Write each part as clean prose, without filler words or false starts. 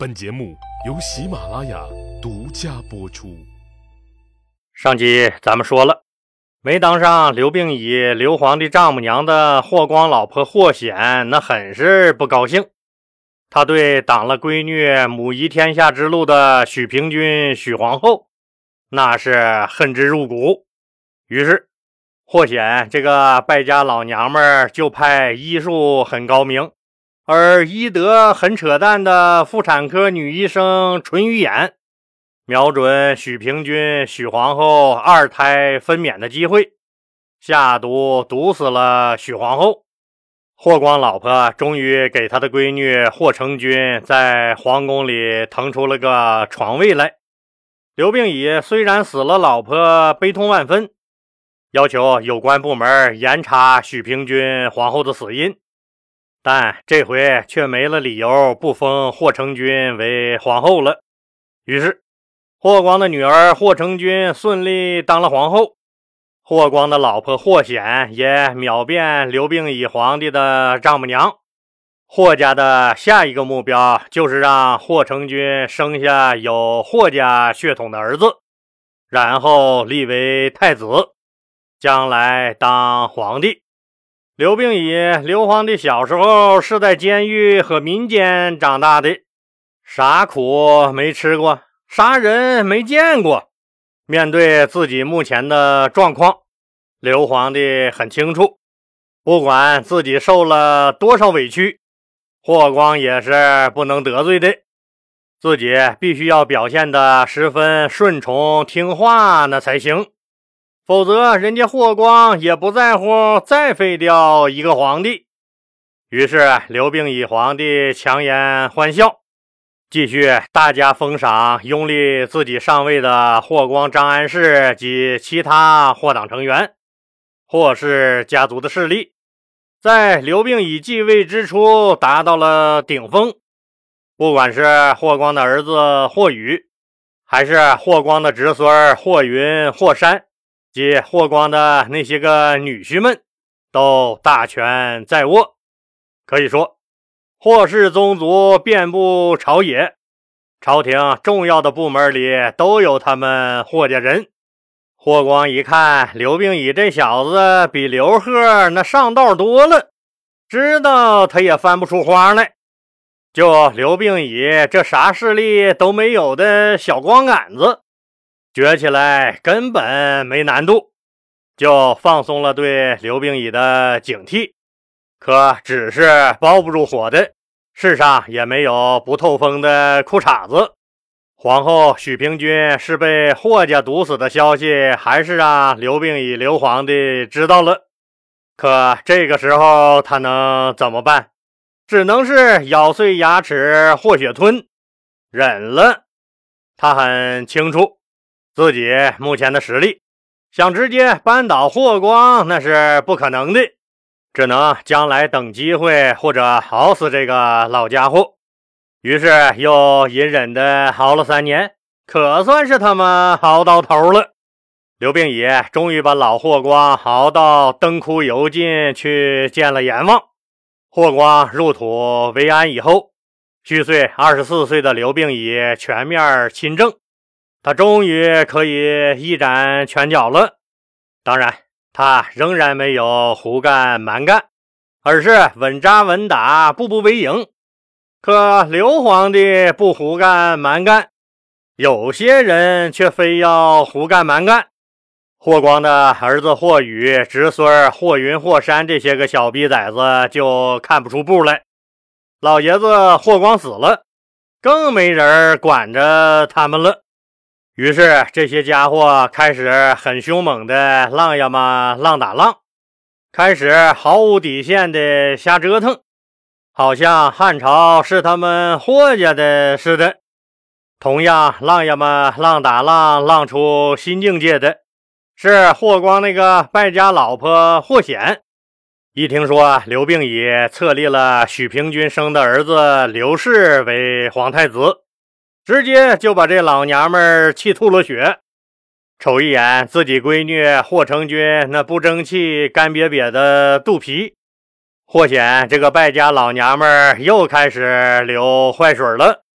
本节目由喜马拉雅独家播出。 上集咱们说了，没当上刘病已刘皇帝丈母娘的霍光老婆霍显，那很是不高兴。他对挡了闺女母仪天下之路的许平君许皇后，那是恨之入骨。于是霍显这个败家老娘们就派医术很高明而医德很扯淡的妇产科女医生淳于衍，瞄准许平君许皇后二胎分娩的机会，下毒毒死了许皇后。霍光老婆终于给他的闺女霍成君在皇宫里腾出了个床位来。刘病已虽然死了老婆，悲痛万分，要求有关部门严查许平君皇后的死因，但这回却没了理由不封霍成君为皇后了。于是霍光的女儿霍成君顺利当了皇后，霍光的老婆霍显也秒变刘病已皇帝的丈母娘。霍家的下一个目标就是让霍成君生下有霍家血统的儿子，然后立为太子，将来当皇帝。刘病已刘皇帝小时候是在监狱和民间长大的，啥苦没吃过，啥人没见过。面对自己目前的状况，刘皇帝很清楚，不管自己受了多少委屈，霍光也是不能得罪的，自己必须要表现得十分顺从听话那才行，否则人家霍光也不在乎再废掉一个皇帝。于是刘病已皇帝强颜欢笑，继续大加封赏拥立自己上位的霍光、张安世及其他霍党成员。霍氏家族的势力在刘病已继位之初达到了顶峰，不管是霍光的儿子霍宇，还是霍光的侄孙霍云、霍山及霍光的那些个女婿们，都大权在握。可以说霍氏宗族遍布朝野，朝廷重要的部门里都有他们霍家人。霍光一看刘病已这小子比刘贺那上道多了，知道他也翻不出花来，就刘病已这啥势力都没有的小光杆子，掘起来根本没难度，就放松了对刘病已的警惕。可只是包不住火的，世上也没有不透风的裤衩子。皇后许平君是被霍家毒死的消息，还是让刘病已刘皇帝知道了。可这个时候他能怎么办？只能是咬碎牙齿或血吞，忍了。他很清楚自己目前的实力，想直接扳倒霍光那是不可能的，只能将来等机会或者熬死这个老家伙。于是又隐忍的熬了3年，可算是他们熬到头了。刘病已终于把老霍光熬到灯枯油尽去见了阎王。霍光入土为安以后，虚岁24岁的刘病已全面亲政，他终于可以一展拳脚了。当然他仍然没有胡干蛮干，而是稳扎稳打，步步为营。可刘皇帝不胡干蛮干，有些人却非要胡干蛮干。霍光的儿子霍宇、侄孙霍云、霍山这些个小逼崽子就看不出步来，老爷子霍光死了，更没人管着他们了。于是这些家伙开始很凶猛的浪呀嘛浪打浪，开始毫无底线的瞎折腾，好像汉朝是他们霍家的似的。同样浪呀嘛浪打浪浪出新境界的是霍光那个败家老婆霍显。一听说刘病已册立了许平君生的儿子刘氏为皇太子，直接就把这老娘们气吐了血。瞅一眼自己闺女霍成君那不争气干瘪瘪的肚皮，霍显这个败家老娘们又开始流坏水了。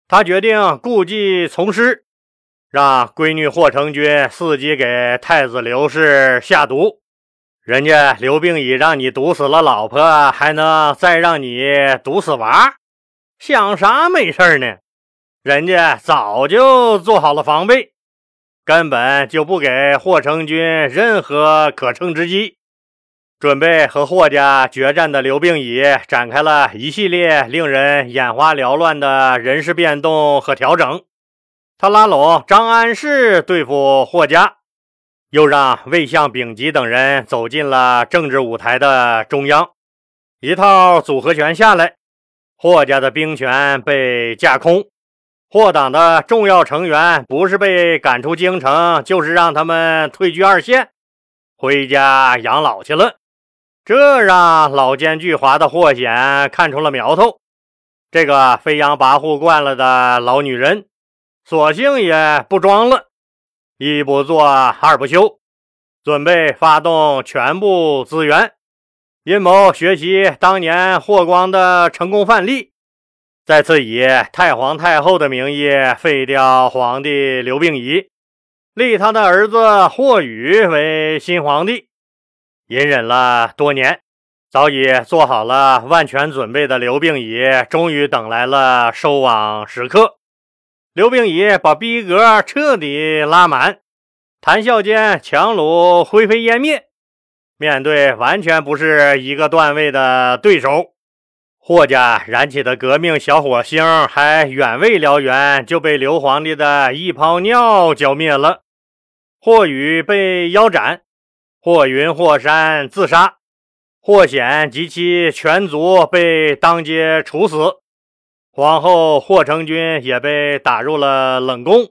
他决定故技重施，让闺女霍成君伺机给太子刘氏下毒。人家刘病已让你毒死了老婆，还能再让你毒死娃？想啥没事呢？人家早就做好了防备，根本就不给霍成君任何可乘之机。准备和霍家决战的刘病已展开了一系列令人眼花缭乱的人事变动和调整。他拉拢张安世对付霍家，又让魏相丙吉等人走进了政治舞台的中央。一套组合拳下来，霍家的兵权被架空，霍党的重要成员不是被赶出京城，就是让他们退居二线，回家养老去了。这让老奸巨猾的霍显看出了苗头。这个飞扬跋扈惯了的老女人，索性也不装了，一不做二不休，准备发动全部资源，阴谋学习当年霍光的成功范例，再次以太皇太后的名义废掉皇帝刘病已，立他的儿子霍宇为新皇帝。隐忍了多年，早已做好了万全准备的刘病已终于等来了收网时刻。刘病已把逼格彻底拉满，谈笑间强弩灰飞烟灭。面对完全不是一个段位的对手，霍家燃起的革命小火星还远未燎原，就被刘皇帝的一泡尿浇灭了。霍宇被腰斩，霍云、霍山自杀，霍显及其全族被当街处死，皇后霍成君也被打入了冷宫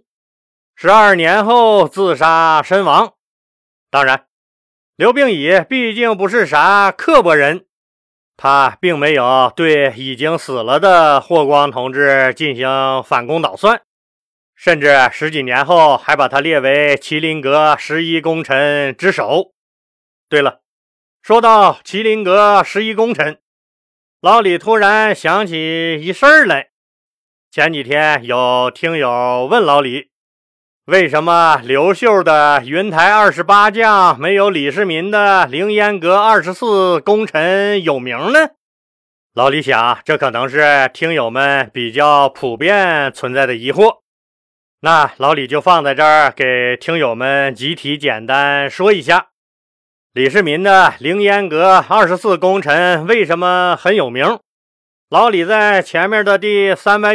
，12年后自杀身亡。当然，刘病已毕竟不是啥刻薄人，他并没有对已经死了的霍光同志进行反攻倒算，甚至10几年后还把他列为麒麟阁11功臣之首。对了，说到麒麟阁11功臣，老李突然想起一事儿来。前几天有听友问老李，为什么刘秀的云台28将没有李世民的凌烟阁24功臣有名呢？老李想，这可能是听友们比较普遍存在的疑惑，那老李就放在这儿给听友们集体简单说一下。李世民的凌烟阁24功臣为什么很有名？老李在前面的第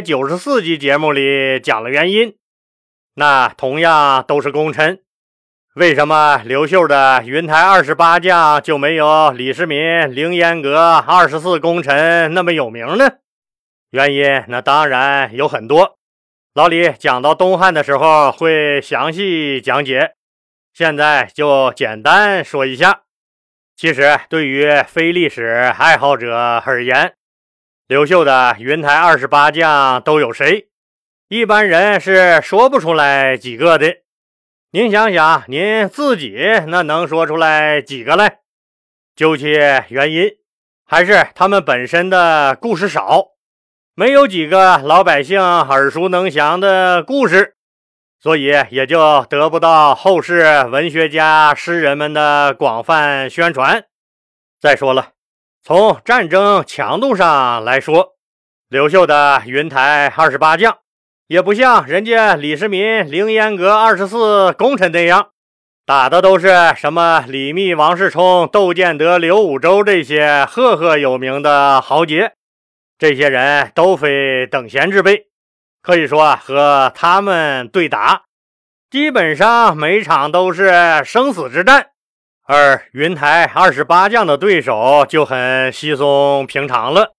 394集节目里讲了原因。那同样都是功臣，为什么刘秀的云台28将就没有李世民凌烟阁24功臣那么有名呢？原因那当然有很多，老李讲到东汉的时候会详细讲解，现在就简单说一下。其实对于非历史爱好者而言，刘秀的云台28将都有谁？一般人是说不出来几个的。您想想，您自己那能说出来几个来？究其原因，还是他们本身的故事少，没有几个老百姓耳熟能详的故事，所以也就得不到后世文学家诗人们的广泛宣传。再说了，从战争强度上来说，刘秀的云台28将也不像人家李世民凌烟阁24功臣那样，打的都是什么李密、王世充、窦建德、刘武周这些赫赫有名的豪杰，这些人都非等闲之辈，可以说和他们对打，基本上每场都是生死之战。而云台28将的对手就很稀松平常了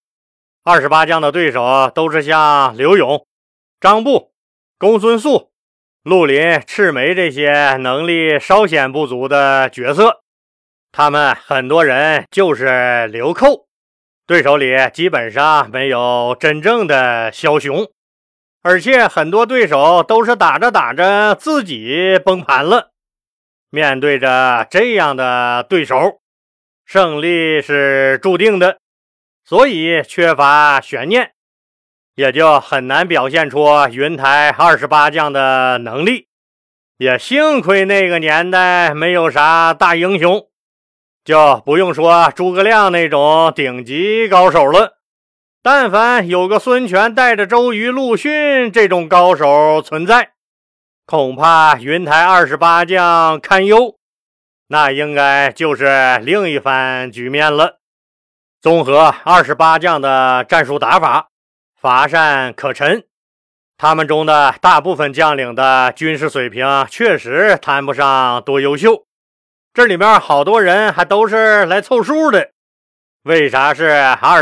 ，28将的对手都是像刘勇、张布、公孙述、绿林、赤眉这些能力稍显不足的角色，他们很多人就是流寇，对手里基本上没有真正的枭雄，而且很多对手都是打着打着自己崩盘了。面对着这样的对手，胜利是注定的，所以缺乏悬念。 也就很难表现出云台28将的能力。也幸亏那个年代没有啥大英雄，就不用说诸葛亮那种顶级高手了。但凡有个孙权带着周瑜、陆逊这种高手存在，恐怕云台28将堪忧，那应该就是另一番局面了。综合28将的战术打法，乏善可陈，他们中的大部分将领的军事水平确实谈不上多优秀，这里面好多人还都是来凑数的。为啥是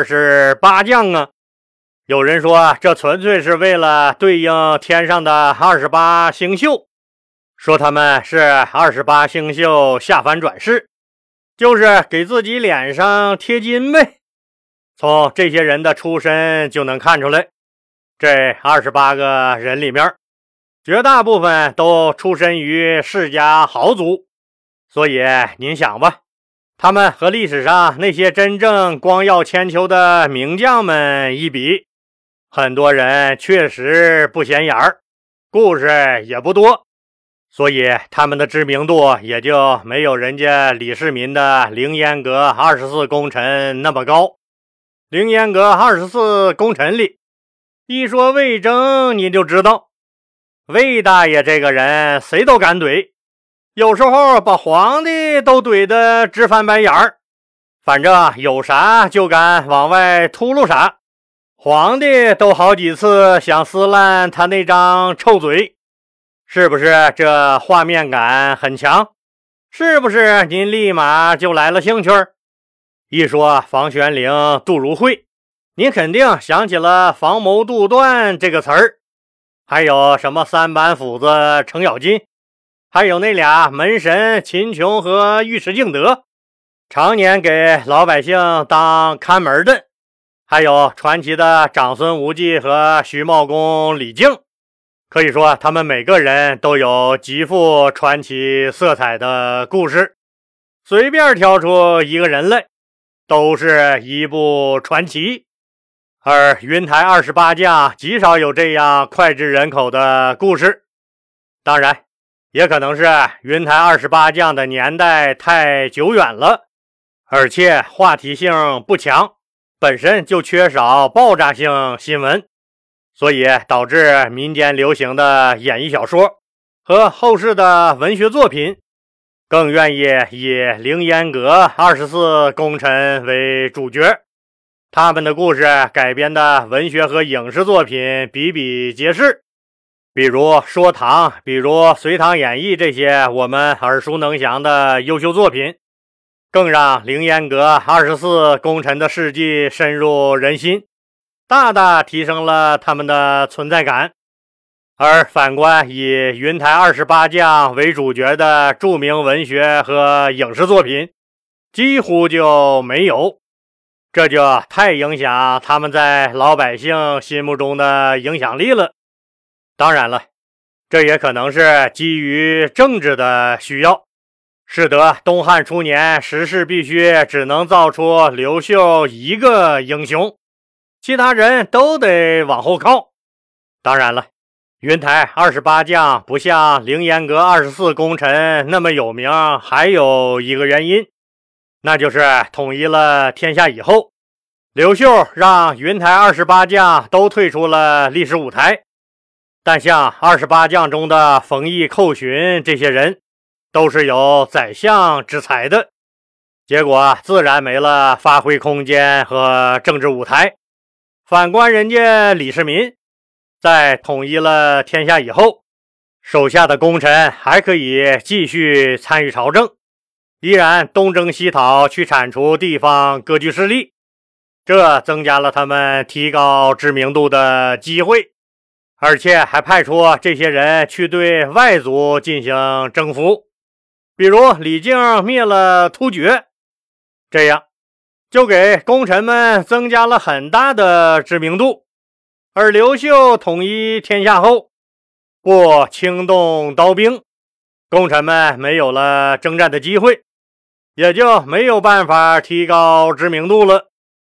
28将啊？有人说这纯粹是为了对应天上的28星宿，说他们是28星宿下凡转世，就是给自己脸上贴金呗。从这些人的出身就能看出来，这28个人里面，绝大部分都出身于世家豪族，所以您想吧，他们和历史上那些真正光耀千秋的名将们一比，很多人确实不显眼儿，故事也不多，所以他们的知名度也就没有人家李世民的凌烟阁24功臣那么高。凌烟阁24功臣里，一说魏征你就知道，魏大爷这个人谁都敢怼，有时候把皇帝都怼得直翻白眼儿，反正有啥就敢往外秃噜啥，皇帝都好几次想撕烂他那张臭嘴。是不是这画面感很强？是不是您立马就来了兴趣？一说房玄龄、杜如晦，您肯定想起了房谋杜段这个词儿，还有什么三板斧子程咬金，还有那俩门神秦琼和尉迟敬德，常年给老百姓当看门的，还有传奇的长孙无忌和徐茂公李靖。可以说他们每个人都有极富传奇色彩的故事，随便挑出一个人来都是一部传奇。而云台28将极少有这样脍炙人口的故事，当然也可能是云台28将的年代太久远了，而且话题性不强，本身就缺少爆炸性新闻，所以导致民间流行的演艺小说和后世的文学作品更愿意以凌烟阁24功臣为主角。他们的故事改编的文学和影视作品比比皆是，比如说唐，比如隋唐演义，这些我们耳熟能详的优秀作品，更让凌烟阁24功臣的事迹深入人心，大大提升了他们的存在感。而反观以云台28将为主角的著名文学和影视作品几乎就没有，这就太影响他们在老百姓心目中的影响力了。当然了，这也可能是基于政治的需要，使得东汉初年时势必须只能造出刘秀一个英雄，其他人都得往后靠。当然了，云台28将不像凌烟阁24功臣那么有名，还有一个原因，那就是统一了天下以后，刘秀让云台28将都退出了历史舞台，但像28将中的冯异、寇寻这些人都是有宰相之才的，结果自然没了发挥空间和政治舞台。反观人家李世民，在统一了天下以后，手下的功臣还可以继续参与朝政，依然东征西讨去铲除地方割据势力，这增加了他们提高知名度的机会，而且还派出这些人去对外族进行征服，比如李靖灭了突厥，这样就给功臣们增加了很大的知名度。而刘秀统一天下后，不轻动刀兵，功臣们没有了征战的机会，也就没有办法提高知名度了。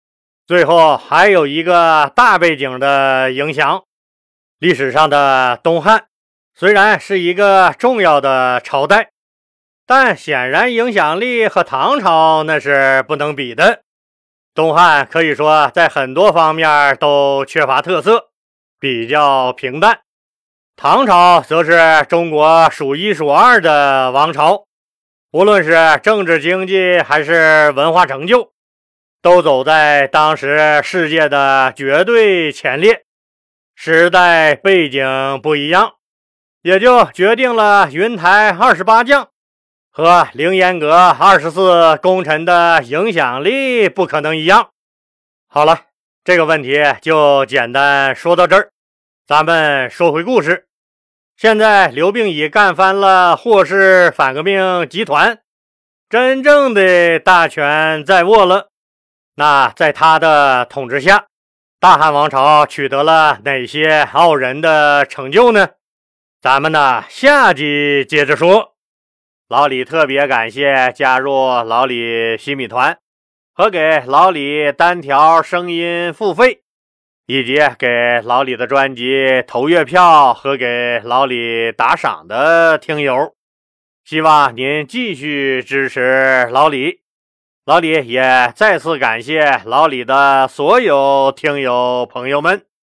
最后还有一个大背景的影响，历史上的东汉虽然是一个重要的朝代，但显然影响力和唐朝那是不能比的。东汉可以说在很多方面都缺乏特色，比较平淡。唐朝则是中国数一数二的王朝，无论是政治经济还是文化成就，都走在当时世界的绝对前列。时代背景不一样，也就决定了云台28将和凌烟阁24功臣的影响力不可能一样。好了，这个问题就简单说到这儿，咱们说回故事。现在刘病已干翻了霍氏反革命集团，真正的大权在握了。那在他的统治下，大汉王朝取得了哪些傲人的成就呢？咱们呢下集接着说。老李特别感谢加入老李洗米团和给老李单条声音付费，以及给老李的专辑投月票和给老李打赏的听友。希望您继续支持老李。老李也再次感谢老李的所有听友朋友们。